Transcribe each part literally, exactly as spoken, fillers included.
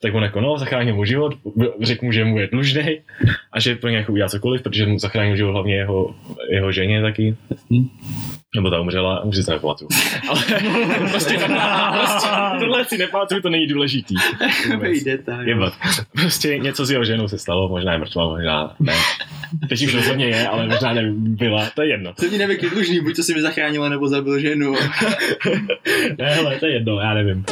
tak on jako no, zachránil mu život, řekl mu, že mu je dlužnej a že pro něj jako udělá cokoliv, protože mu zachránil život hlavně jeho, jeho ženě taky. Hmm. Nebo ta umřela, už si to nepamatuju. Ale prostě, prostě tohle si nepamatuju, to není důležitý. Jebat. Prostě něco s jeho ženou se stalo, možná je mrtvá, možná ne. Teď už rozhodně je, ale možná nebyla, to je jedno. To ti nevěk je dlužný, buď to si mi zachránila, nebo zabil ženu. Ne, hele, to je jedno, já nevím.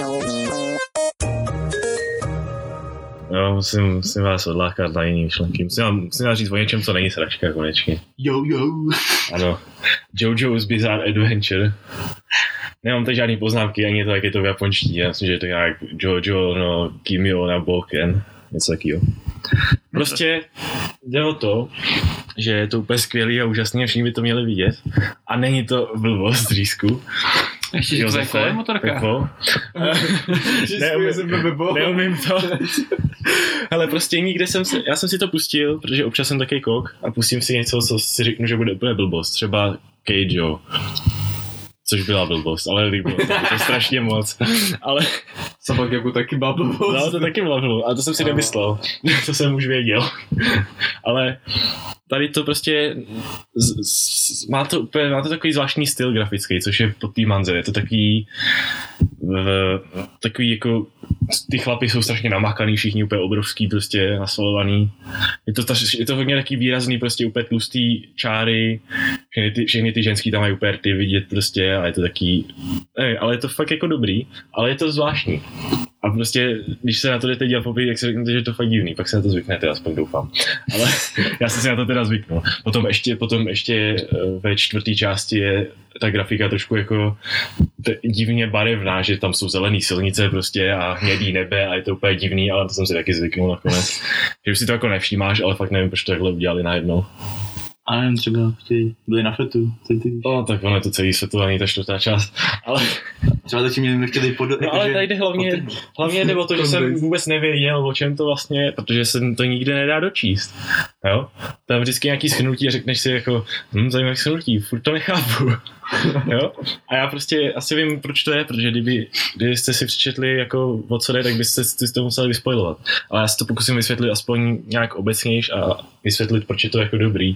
Jo, musím, musím vás odlákat na jiný myšlenky. Musím vám, musím vám říct o něčem, co není sračka, konečně. Jo, jo. Ano. JoJo's Bizarre Adventure. Nemám tady žádný poznámky, ani to, jak je to v japonštině. Já myslím, že je to nějak JoJo no Kimi o Naboken. Něco takýho. Prostě jde o to, že je to úplně skvělý a úžasný a všichni by to měli vidět. A není to blbost, Řízku. Ještě Josefe, je motorka. Neumím, neumím to. Hele, prostě nikde jsem si, já jsem si to pustil, protože občas jsem takový kok a pustím si něco, co si řeknu, že bude úplně blbost. Třeba Keijo. Což byla blbost, ale líbilo to, to strašně moc. Ale Sabagebu taky byla blbost. No, to taky byla blbost, a to jsem si nemyslel. To jsem už věděl. Ale tady to prostě z, z, má to úplně, má to takový zvláštní styl grafický, což je pod té manze. Je to takový v, takový jako ty chlapy jsou strašně namakaný, všichni úplně obrovský, prostě nasvalovaný. Je to, ta, je to hodně taky výrazný, prostě úplně tlustý čáry, všechny ty, všechny ty ženský tam mají úplně ty vidět prostě a je to taký, ne, ale je to fakt jako dobrý, ale je to zvláštní. A prostě, když se na to jdete dělat poprvé, tak si řeknete, že je to fakt divný, pak se na to zvyknete, aspoň doufám. Ale já jsem si na to teda zvyknul. Potom ještě, potom ještě ve čtvrté části je ta grafika trošku jako divně barevná, že tam jsou zelený silnice prostě a hnědý nebe a je to úplně divný, ale to jsem si taky zvyknul nakonec. Že už si to jako nevšímáš, ale fakt nevím, proč to takhle udělali najednou. A nevím, třeba chtějí, byli na fetu. No, tak ono je to celý světovaný, ta čtvrtá část, ale třeba to tím mě nechtěli pod... No ale tady jde hlavně, hlavně jde o to, že jsem vůbec nevěděl, o čem to vlastně je, protože se to nikde nedá dočíst, jo. Tam vždycky nějaký shrnutí a řekneš si jako, hm, zajímavý shrnutí, furt to nechápu, jo. A já prostě asi vím, proč to je, protože kdyby, kdybyste si přečetli jako o co jde, tak byste si to museli vyspoilovat. Ale já si to pokusím vysvětlit aspoň nějak obecnějš a vysvětlit, proč je to jako dobrý.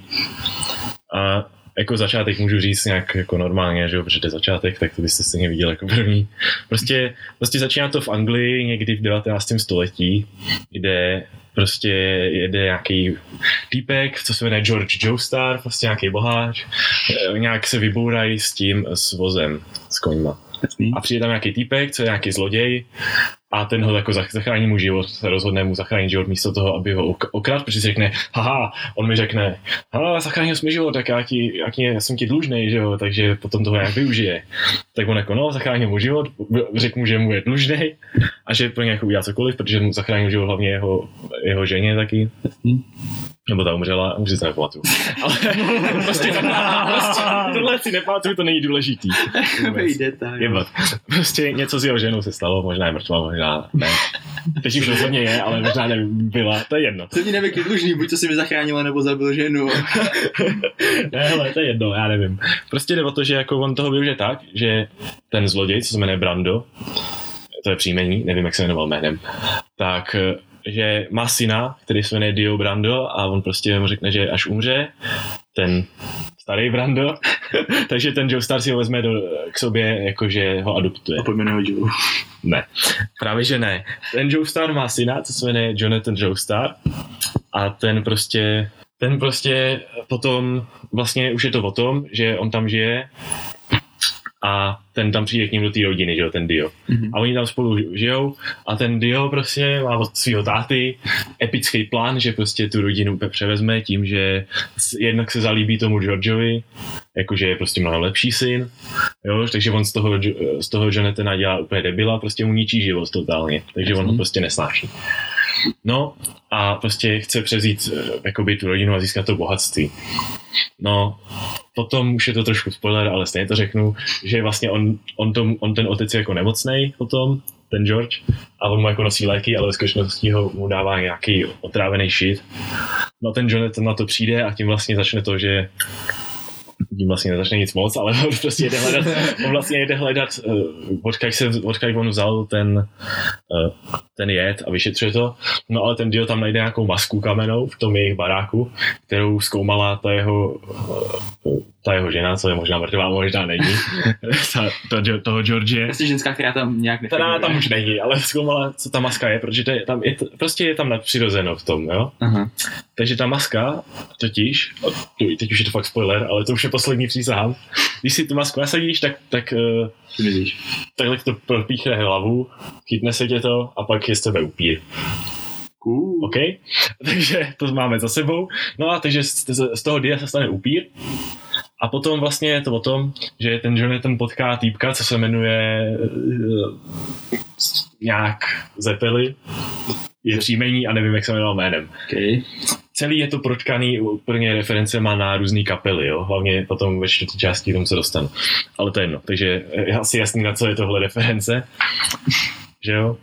A jako začátek můžu říct nějak jako normálně, že jo, protože to je začátek, tak to byste stejně viděl jako první. Prostě, prostě začíná to v Anglii někdy v devatenáctém století, kde prostě jede nějaký týpek, co se jmenuje George Joestar, prostě nějaký boháč, nějak se vybourají s tím, s vozem, s koňma. A přijde tam nějaký týpek, co je nějaký zloděj a ten ho jako zachrání mu život, se rozhodne mu zachránit život místo toho, aby ho okradl, protože si řekne, haha, on mi řekne, haha, zachránil jsi mi život, tak já, ti, já, ti, já jsem ti dlužnej, že jo, takže potom toho nějak využije. Tak on jako no, zachránil mu život, řekl mu, že mu je dlužnej a že pro něj jako udělá cokoliv, protože mu zachránil život hlavně jeho, jeho ženě taky. Nebo ta umřela, už si to nepamatuju. Ale prostě, prostě tohle si nepamatuju, to není důležitý. Jebat. Prostě něco s jeho ženou se stalo, možná je mrtvá, možná ne. Teď už rozhodně je, ale možná nebyla, to je jedno. To ti nevěk je dlužný, buď to si mi zachránila, nebo zabil ženu. Ne, hele, to je jedno, já nevím. Prostě jde o to, že jako on toho využije tak, že ten zloděj, co se jmenuje Brando, to je příjmení, nevím, jak se jmenoval jménem, tak že má syna, který se jmenuje Dio Brando a on prostě mu řekne, že až umře, ten starý Brando, takže ten Joestar si ho vezme do, k sobě, jakože ho adoptuje. A pojmenuje ho Joe. Ne, právě že ne. Ten Joestar má syna, co se jmenuje Jonathan Joestar a ten prostě, ten prostě potom, vlastně už je to o tom, že on tam žije a ten tam přijde k ním do té rodiny, že jo, ten Dio. Mm-hmm. A oni tam spolu žijou a ten Dio prostě má od svého táty epický plán, že prostě tu rodinu úplně převezme tím, že jednak se zalíbí tomu Georgeovi, jakože je prostě mnohem lepší syn, jo, takže on z toho, z toho Jonathana dělá úplně debila, prostě mu ničí život totálně, takže on ho prostě nesnáší. No a prostě chce převzít jakoby tu rodinu a získat to bohatství. No, potom už je to trošku spoiler, ale stejně to řeknu, že vlastně on, on, tom, on ten otec je jako nemocnej potom, ten George, a on mu jako nosí léky, ale ve skutečnosti ho mu dává nějaký otrávený shit. No ten Jonathan na to přijde a tím vlastně začne to, že tím vlastně nezačne nic moc, ale on prostě jde hledat, on vlastně jde hledat, odkud se, odkud on vzal ten, ten jed a vyšetřuje to. No ale ten Dio tam najde nějakou masku kamenou v tom jejich baráku, kterou zkoumala ta jeho, ta jeho žena, co je možná mrtvá, možná není, ta, to, toho Georgie. Prostě ženská, která tam nějak nefiguruje. Ta tam už není, ale zkoumala, co ta maska je, protože to je, tam je, prostě je tam nadpřirozeno v tom, jo. Aha. Takže ta maska, totiž, teď už je to fakt spoiler, ale to už je poslední přísahám, když si tu masku nasadíš, tak, tak takhle to propíchne hlavu, chytne se tě to a pak je z tebe upír. Cool. OK? Takže to máme za sebou. No a takže z, z toho Dia se stane upír. A potom vlastně je to o tom, že ten Jonathan potká týpka, co se jmenuje uh, nějak Zeppeli. Je příjmení a nevím, jak se jmenoval jménem. Okay. Celý je to protkaný úplně referencema na různý kapely, jo? Hlavně potom ve čtvrtý části k tomu se dostanu. Ale to je jedno, takže je asi jasný, na co je tohle reference. Že jo?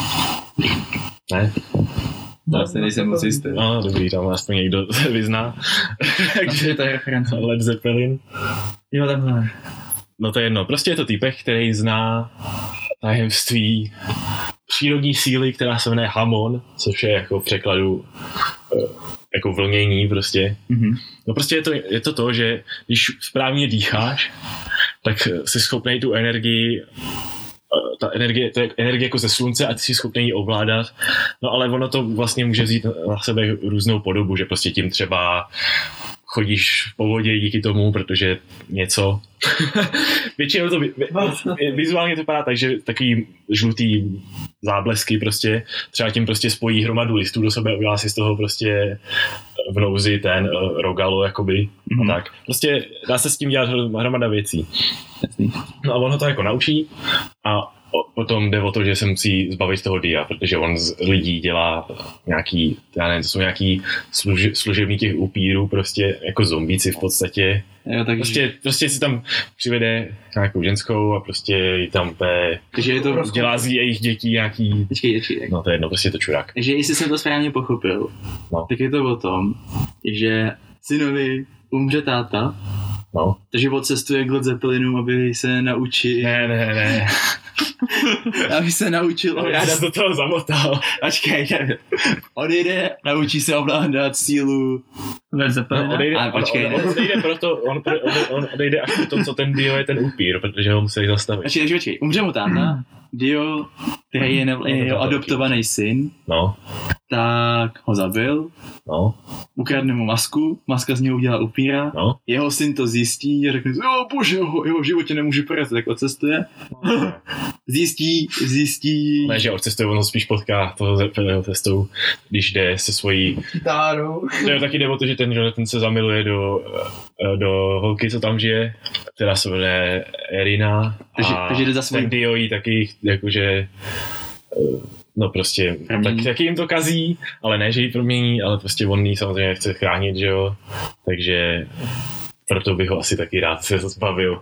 Ne? Já se nejsem moc jistý. No, dobrý, tam aspoň někdo se vyzná. Takže to je reference. Led Zeppelin. Jo, takhle. No to je jedno, prostě je to týpek, který zná tajemství přírodní síly, která se jmenuje Hamon, což je jako v překladu jako vlnění prostě. Mm-hmm. No prostě je to, je to to, že když správně dýcháš, tak jsi schopnej tu energii, ta energie, to je energie jako ze slunce a ty jsi schopnej ji ovládat. No ale ono to vlastně může vzít na sebe různou podobu, že prostě tím třeba chodíš po vodě díky tomu, protože něco. Většinou to vizuálně to vypadá tak, že takový žlutý záblesky prostě třeba tím prostě spojí hromadu listů do sebe, udělá si z toho prostě v nouzi ten uh, rogalo jakoby mm-hmm. a tak. Prostě dá se s tím dělat hromada věcí. No a on ho to jako naučí a potom jde o to, že se musí zbavit toho Dia, protože on z lidí dělá nějaký, já nevím, to jsou nějaký služ, služební těch upírů, prostě jako zombíci v podstatě. Jo, takže... prostě, prostě si tam přivede nějakou ženskou a prostě ji tam pe... takže je to dělá z jejich dětí nějaký... Počkej, počkej. No to je jedno, prostě je to čurák. Takže jestli jsem to správně pochopil, no. Tak je to o tom, že synovi umře táta, no. Takže odcestuje k Led Zeppelinům, aby se naučil... Ne, ne, ne. Aby se naučil ovládat... Já do toho zamotal. Počkej, odejde, naučí se ovládat sílu Led Zeppelina. No, odejde, a počkej, on, on, on odejde proto, on, on odejde až po tom, co ten Dio je ten upír, protože ho musí zastavit. Počkej, počkej, umře mu táta, Dio, který je, nev, je jeho adoptovaný syn, no. Tak ho zabil, no. Ukradne mu masku, maska z něho udělá upíra, no. Jeho syn to zjistí a řekne, jo bože, jeho, jeho v životě nemůže porazit, tak odcestuje. No. Zjistí, zjistí... Ne, že odcestuje, on ho spíš potká toho Zeppeliniho cestou, když jde se svojí... kytárou. To taky jde o to, že ten Jonathan se zamiluje do, do holky, co tam žije, která se jmenuje Erina. Takže, a takže jde za svůj... ten Dio jí taky, jakože... No prostě, tak, taky jim to kazí, ale ne, že ji promění, ale prostě on jí samozřejmě chce chránit, že jo, takže proto bych ho asi taky rád se zbavil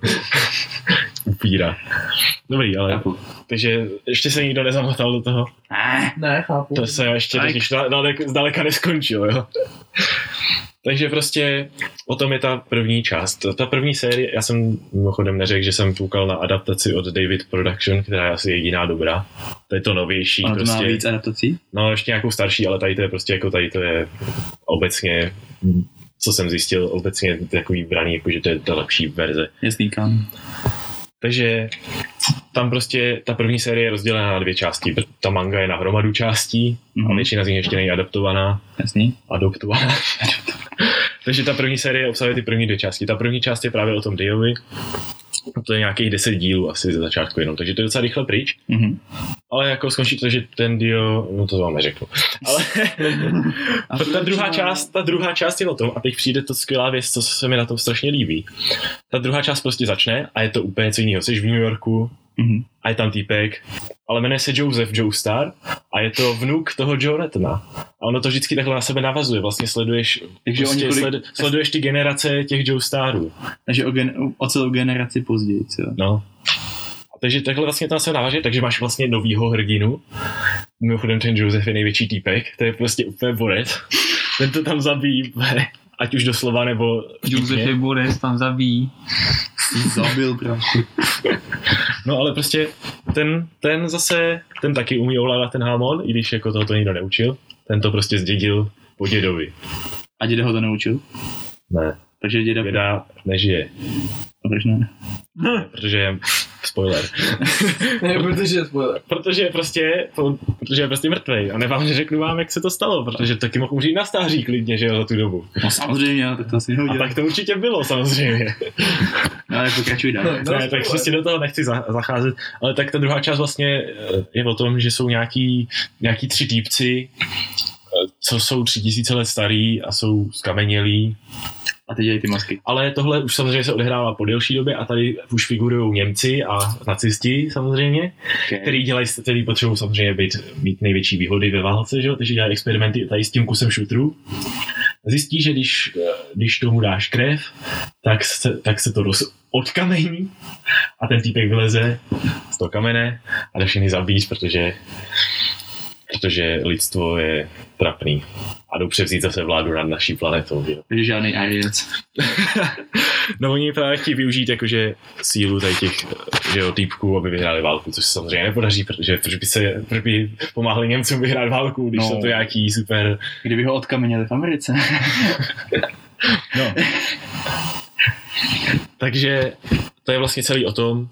upíra. Dobrý, ale chápu. Takže ještě se nikdo nezamotal do toho? Ne, ne, chápu. To se ještě totiž zdaleka neskončil, jo. Takže prostě o tom je ta první část. Ta první série, já jsem mimochodem neřekl, že jsem koukal na adaptaci od David Production, která je asi jediná dobrá. To je to novější. Ono to prostě. má víc adaptací? No ještě nějakou starší, ale tady to je prostě jako tady to je obecně, co jsem zjistil, obecně takový braný, jakože to je ta lepší verze. Jasný, kam. Takže tam prostě ta první série je rozdělená na dvě části. Ta manga je na hromadu částí mm-hmm. a většina z nich ještě není adaptovaná. Jasný. Adoptovaná. Takže ta první série obsahuje ty první dvě části. Ta první část je právě o tom Diovi. To je nějakých deset dílů asi ze začátku jenom, takže to je docela rychle pryč. Mm-hmm. Ale jako skončí to, že ten Dio, no to vám neřeknu. Ale ta druhá část, ta druhá část je o tom, a teď přijde to skvělá věc, co se mi na tom strašně líbí. Ta druhá část prostě začne a je to úplně co jiného. Jsi v New Yorku mm-hmm. a je tam týpek, ale jmenuje se Joseph Joestar a je to vnuk toho Jonathana. A ono to vždycky takhle na sebe navazuje. Vlastně sleduješ, takže prostě kolik... sled, sleduješ ty generace těch Joestarů. Takže o, gen, o celou generaci později, co? No. Takže takhle vlastně to na sebe navaže, takže máš vlastně novýho hrdinu. Mimochodem ten Joseph je největší týpek, to je prostě úplně borec. Ten to tam zabíjí ať už doslova nebo Josef Boris tam zabíjí. Zabil právě. No ale prostě ten, ten zase, ten taky umí ovládat ten hámon, i když jako toho to nikdo neučil. Ten to prostě zdědil po dědovi. A děda ho to neučil? Ne. Takže děda... Děda nežije. A proč ne? Protože spoiler. Ne, protože je spoiler. Protože je prostě, protože je prostě mrtvej. A nevám, neřeknu vám, jak se to stalo, protože taky mohl umřít na stáří klidně, že jo, za tu dobu. No samozřejmě, tak to asi nehodil. A tak to určitě bylo, samozřejmě. No ale pokračuj dál. No, ne, tak prostě do toho nechci zacházet, ale tak ta druhá část vlastně je o tom, že jsou nějaký, nějaký tři týpci, co jsou tři tisíce let starý a jsou skamenělí. A teď dělají ty masky. Ale tohle už samozřejmě se odehrává po delší době a tady už figurují Němci a nacisti samozřejmě, okay. který dělají, který potřebují samozřejmě být, mít největší výhody ve válce, že jo? Takže dělají experimenty tady s tím kusem šutru. Zjistí, že když, když tomu dáš krev, tak se, tak se to roz, odkamení a ten týpek vyleze z toho kamene a jde všechny zabít, protože protože lidstvo je trapný a jdou převzít zase vládu nad naší planetou. Jo. Takže žádný aliens. No oni právě chtějí využít jakože sílu tady těch že jo, týpků, aby vyhráli válku, což se samozřejmě nepodaří, protože proč by, se, proč by pomáhali Němcům vyhrát válku, když no, jsou to nějaký super... Kdyby ho odkamenili v Americe. No. Takže to je vlastně celý o tom,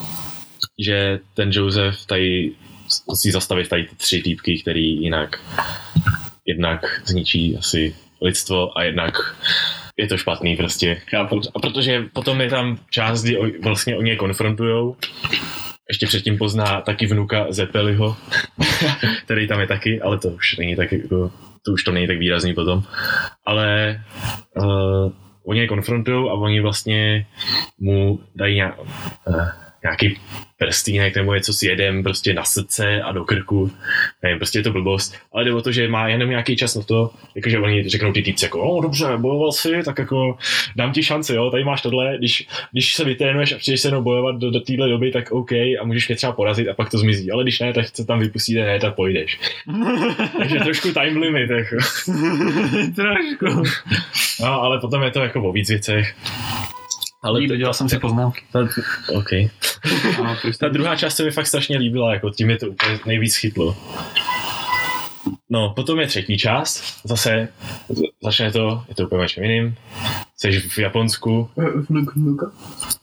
že ten Joseph tady musí zastavit tady ty tři týpky, který jinak jednak zničí asi lidstvo a jednak je to špatný prostě. A protože potom je tam část, kdy vlastně oni je konfrontujou. Ještě předtím pozná taky vnuka Zeppeliho, který tam je taky, ale to už není tak jako, to už to není tak výrazný potom. Ale uh, oni je konfrontujou a oni vlastně mu dají nějak, uh, nějaký prstínek nebo něco s jedem prostě na srdce a do krku. Nevím, prostě je to blbost. Ale jde o to, že má jenom nějaký čas na to, jakože oni řeknou ty týpci jako, o dobře, bojoval jsi, tak jako dám ti šanci, jo, tady máš tohle, když, když se vytrénuješ a přijdeš se jenom bojovat do, do téhle doby, tak OK a můžeš mě třeba porazit a pak to zmizí, ale když ne, tak se tam vypustíte, ne, tak pojdeš. Takže trošku time limit, jako. Trošku. No, ale potom je to jako o víc věcech. Ale to dělal jsem si poznámky. Ta, OK. Ta druhá část se mi fakt strašně líbila, jako tím je to úplně nejvíc chytlo. No, potom je třetí část, zase začne to, je to úplně něčem jiným. Jsi v Japonsku. Vnuk, vnuka.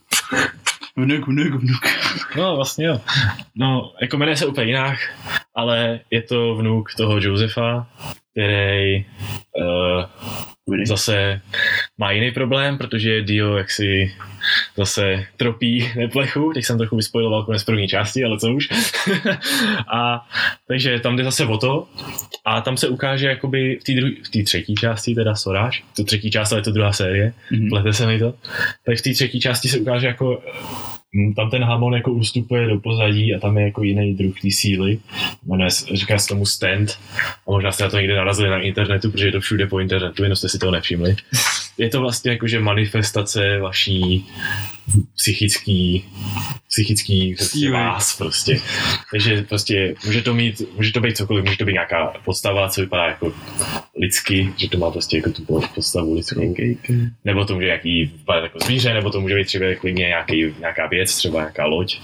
Vnuk, vnuk, vnuk. No, vlastně jo. No, jako jmenuje se úplně jinak, ale je to vnuk toho Josefa, který uh, zase má jiný problém, protože Dio jaksi zase tropí neplechu, teď jsem trochu vyspojiloval konec první části, ale co už. A takže tam jde zase o to a tam se ukáže jakoby v té druhý, v té třetí části, teda Soráž, to třetí část, ale je to druhá série, mm-hmm. plete se mi to, tak v té třetí části se ukáže jako tam ten Hamon jako ustupuje do pozadí a tam je jako jiný druh té síly. Jmenuje, říká se tomu stand a možná jste na to někde narazili na internetu, protože je to všude po internetu, jenom jste si toho nevšimli. Je to vlastně jakože manifestace vaší psychický, psychický vás prostě. Takže prostě může to mít, může to být cokoliv, může to být nějaká podstava, co vypadá jako lidsky, že to má prostě jako tu podstavu lidskou. Nebo to může nějaký vypadat jako zvíře, nebo to může být třeba klidně nějaký, nějaká věc, třeba nějaká loď.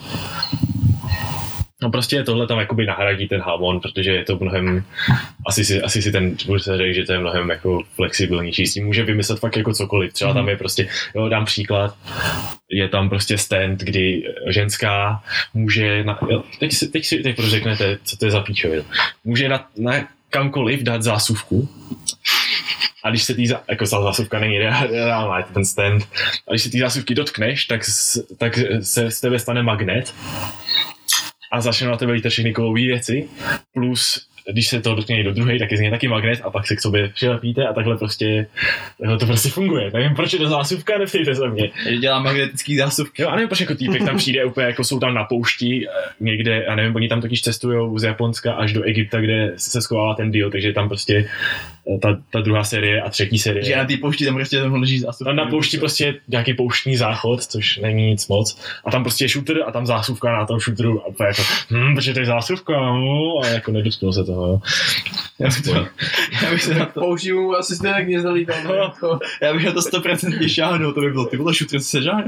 No prostě tohle tam jakoby nahradí ten Hamon, protože je to mnohem, asi si, asi si ten tvůrce řekl, že to je mnohem jako flexibilnější, s tím může vymyslet fakt jako cokoliv, třeba tam je prostě, jo, dám příklad, je tam prostě stand, kdy ženská může, na, jo, teď si, teď si teď řeknete, co to je za píčovinu, může na, na kamkoliv dát zásuvku, a když se tý, jako zásuvka není reálná, je to ten stand, a když se tý zásuvky dotkneš, tak, tak se z tebe stane magnet, a začnou na tebe lítat všechny kovové věci, plus když se to dotkne do druhé, tak je z něj taky magnet a pak se k sobě přilepíte a takhle prostě, takhle to prostě funguje. Nevím, proč je to zásuvka, neptejte se mě. Dělá magnetický zásuvky. Jo, a nevím, proč jako týpek tam přijde úplně, jako jsou tam na poušti někde, a nevím, oni tam totiž cestujou z Japonska až do Egypta, kde se schovává ten Dio, takže tam prostě ta, ta druhá série a třetí série. Že na té poušti tam prostě tam leží zásuvka. Tam na poušti prostě nějaký pouštní záchod, což není nic moc. A tam prostě je shooter a tam zásuvka na tom shooteru a to je jako, hm, protože to je zásuvka, no, a jako nedotknul se toho, jo. Já bych se na to... Použiju mu asi stejně nic zalítal. No, já bych na to sto procent šáhnul, to by bylo, ty vole, šutr se žáhne.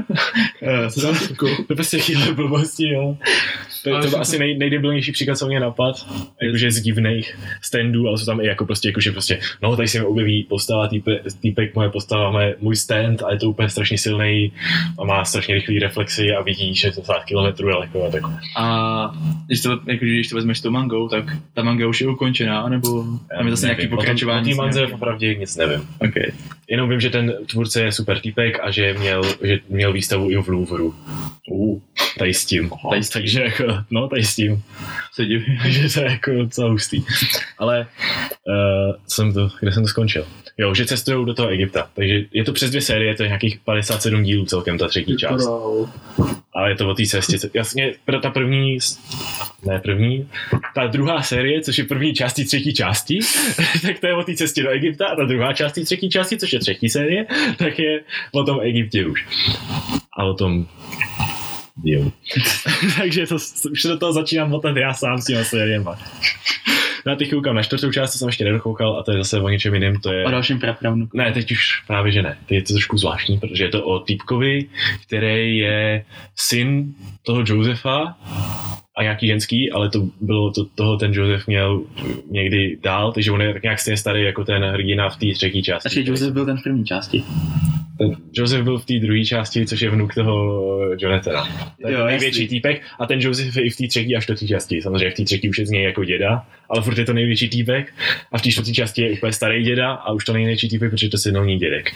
To je prostě chvíle blbosti, jo. To, to byl asi nej, nejdebilnější příklad, co mě napad, jakože z divných standů, ale jsou tam i jako prostě, jakože prostě, no tady se mi objeví postava, týpe, týpek, moje postava, má můj stand a je to úplně strašně silný a má strašně rychlý reflexy a vidí šedesát kilometrů daleko a tak. A když to, jakože, když to vezmeš s tou mangou, tak ta manga už je ukončená, nebo tam je zase nějaký pokračování? O té manze opravdu nic nevím. Okay. Jenom vím, že ten tvůrce je super týpek a že měl, že měl výstavu i v Louvru. Uh, tady s tím. Tady, takže jako, no tady s tím. Se divím. Takže to je jako docela hustý. Ale uh, jsem to, kde jsem to skončil? Jo, že cestujou do toho Egypta. Takže je to přes dvě série, to je nějakých padesát sedm dílů celkem, ta třetí část. Ale je to o té cestě. Jasně, ta první, ne první, ta druhá série, což je první částí třetí části, tak to je o té cestě do Egypta a ta druhá částí třetí části, což je třetí série, tak je o tom Egyptě už. A o tom jo. Takže to, už do toho začínám motat já sám s těma sériema. Já teď koukám na čtvrtou část, to jsem ještě nedokoukal a to je zase o něčem jiném, to je... O dalším prapravnuku. Ne, teď už právě že ne. Teď je to trošku zvláštní, protože je to o týpkovi, který je syn toho Josefa a nějaký ženský, ale to bylo to, toho ten Josef měl někdy dál, takže on je tak nějak stejně starý jako ten hrdina v té třetí části. Takže Josef byl ten v první části. Ten Josef byl v té druhé části, což je vnuk toho Jonathana. To je jo, největší jasný. týpek a ten Josef je i v té třetí a čtvrtý části. Samozřejmě v té třetí už je z něj jako děda, ale furt je to největší týpek a v té čtvrtý části je úplně starý děda a už to největší týpek, protože to synovní dědek.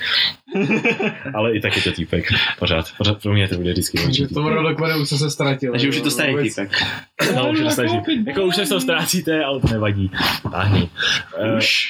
Ale i tak je to týpek. Pořád, pořád pro mě to bude vždycky největší týpek. To rodokvade už se ztratil. Takže už je to starý týpek. No, už je to starý týpek. Jako už se z toho ztrácíte, ale to nevadí. Táhni. Už.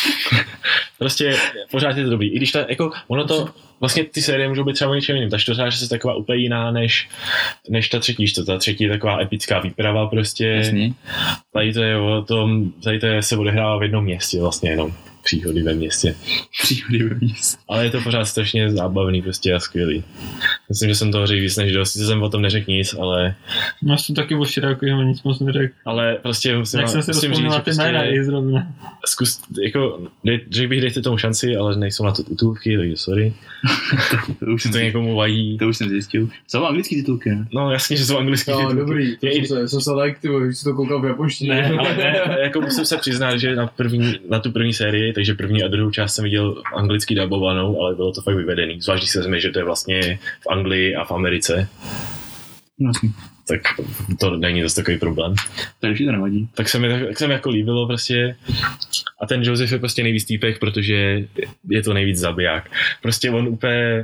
Prostě pořád je to dobrý. I když ta, jako, ono to, vlastně ty série můžou být třeba o něčem jiným. Ta čtvrtá je taková úplně jiná než, než ta třetí. Što ta třetí je taková epická výprava prostě. Jasně. Tady to je o tom, tady to je, se odehrává v jednom městě vlastně jenom. Příhody ve městě. Příhody ve městě. Ale je to pořád strašně zábavný prostě a skvělý. Myslím, že jsem toho řekl víc než dost. Jsem o tom neřekl nic, ale... No jsem taky o Širáku, že nic moc neřekl. Ale prostě musím, Jak jsem si musím rozpomněl říct, na ty prostě najrají zrovna. Zkus, jako, dej, řekl bych, dejte tomu šanci, ale nejsou na to titulky, takže sorry. to už to jsem někomu vadí. To už jsem zjistil. Jsou anglický titulky, ne? No jasně, že jsou anglický no, titulky. Dobrý, je jsem, se, jsem se like, ty že jsi to koukal v japonštině. Ne, ale ne, jako musím se přiznat, že na, první, na tu první sérii, takže první a druhou část jsem viděl anglicky dabovanou, ale bylo to fakt vyvedený. Zvlášť, když se vezme, že to je vlastně v Anglii a v Americe. Vlastně. Tak to není zase takový problém. Takže to nevadí. Tak se mi, tak se mi jako líbilo prostě. A ten Josef je prostě nejvíc týpek, protože je to nejvíc zabiják. Prostě on úplně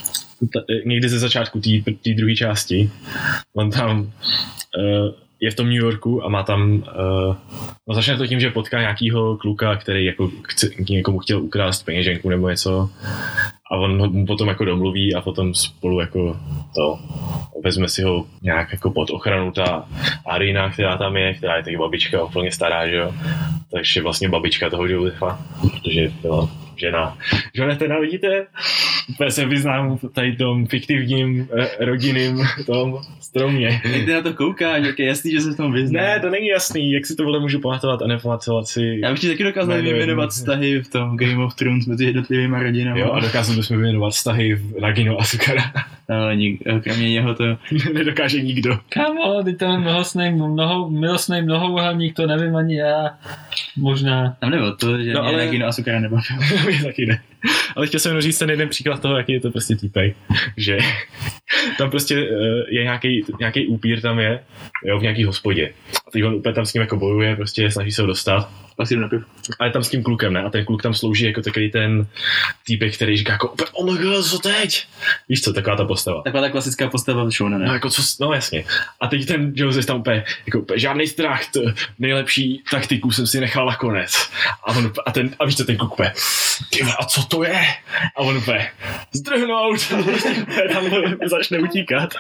někdy ze začátku té druhé části, on tam uh, je v tom New Yorku a má tam, uh, no začne to tím, že potká nějakýho kluka, který jako chce, někomu chtěl ukrást peněženku nebo něco a on mu potom jako domluví a potom spolu jako to, vezme si ho nějak jako pod ochranu ta Arina, která tam je, která je taky babička úplně stará, že jo, takže vlastně babička toho Josefa, protože byla žena. Jonathana, vidíte? Úplně se vyznám v tady tom fiktivním eh, rodinným tom stromě. Jak ty na to koukáš, jak je jasný, že se v tom vyzná. Ne, to není jasný, jak si to vole můžu pamatovat a nepamatovat si. Já bych ti taky dokázal vyjmenovat vztahy v tom Game of Thrones mezi jednotlivými rodinami. Jo, a dokázal bychom vyjmenovat vztahy v Nagino a Sukara. Ale nik- kromě něho to... Nedokáže nikdo. Kámo, ty tam milostnej, mnoho, milostnej mnohouhelník, to nevím ani já. Možná. Tam nebylo to, že no, ale... Nagino a Sukara nebavil. Mě taky ne. Ale chtěl jsem jenom říct ten jeden příklad toho, jaký je to prostě týpej, že tam prostě je nějaký, nějaký upír tam je, jo, v nějaký hospodě. A teď on úplně tam s ním jako bojuje, prostě snaží se ho dostat. Asi na piv. A je tam s tím klukem, ne? A ten kluk tam slouží jako takový ten týpek, který říká jako oh my god, co teď? Víš co, taková ta postava. Taková ta klasická postava showna, ne? No jako co, no jasně. A teď ten Joseph tam úplně, jako úplně žádnej strach, to nejlepší taktiku jsem si nechal nakonec. A on a ten, a víš co, ten kluk úplně, ty a co to je? A on úplně, zdrhnout. A prostě tam začne utíkat.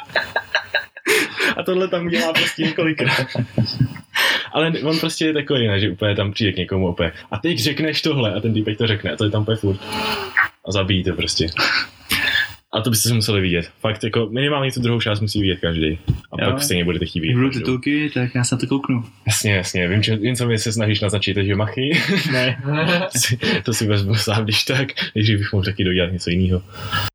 A tohle tam dělá prostě několikrát. Ale on prostě je takový, ne, že úplně tam přijde k někomu úplně. A teď řekneš tohle a ten týpek to řekne a to je tam úplně furt. A zabíjí to prostě. A to byste si museli vidět. Fakt jako minimálně tu druhou část musí vidět každý. A Jo. pak stejně budete chtít vidět. Budou každou. titulky, tak já se na to kouknu. Jasně, jasně. Vím, čo, vím co mi se snažíš naznačit, že machy. Ne, to si, to si vezmu sám, když tak. Nejdřív bych mohl taky dodělat něco jiného.